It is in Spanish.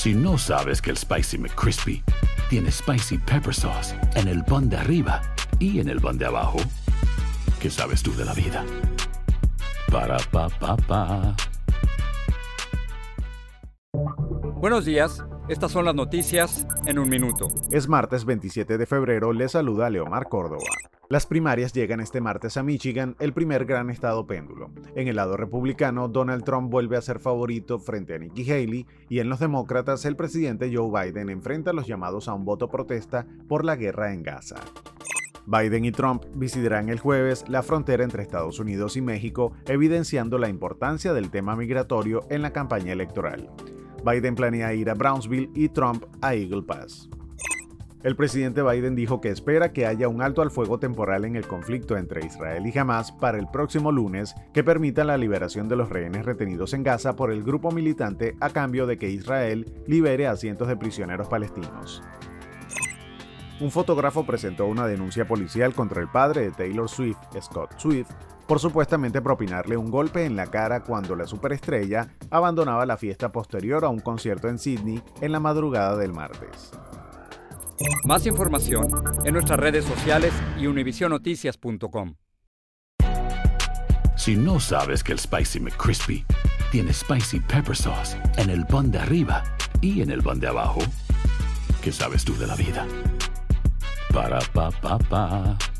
Si no sabes que el Spicy McCrispy tiene Spicy Pepper Sauce en el pan de arriba y en el pan de abajo, ¿qué sabes tú de la vida? Para, pa, pa, pa. Buenos días, estas son las noticias en un minuto. Es martes 27 de febrero, le saluda Leomar Córdoba. Las primarias llegan este martes a Michigan, el primer gran estado péndulo. En el lado republicano, Donald Trump vuelve a ser favorito frente a Nikki Haley, y en los demócratas, el presidente Joe Biden enfrenta los llamados a un voto protesta por la guerra en Gaza. Biden y Trump visitarán el jueves la frontera entre Estados Unidos y México, evidenciando la importancia del tema migratorio en la campaña electoral. Biden planea ir a Brownsville y Trump a Eagle Pass. El presidente Biden dijo que espera que haya un alto al fuego temporal en el conflicto entre Israel y Hamás para el próximo lunes que permita la liberación de los rehenes retenidos en Gaza por el grupo militante a cambio de que Israel libere a cientos de prisioneros palestinos. Un fotógrafo presentó una denuncia policial contra el padre de Taylor Swift, Scott Swift, por supuestamente propinarle un golpe en la cara cuando la superestrella abandonaba la fiesta posterior a un concierto en Sydney en la madrugada del martes. Más información en nuestras redes sociales y univisionoticias.com. Si no sabes que el Spicy McCrispy tiene Spicy Pepper Sauce en el pan de arriba y en el pan de abajo, ¿qué sabes tú de la vida? Para, pa, pa, pa.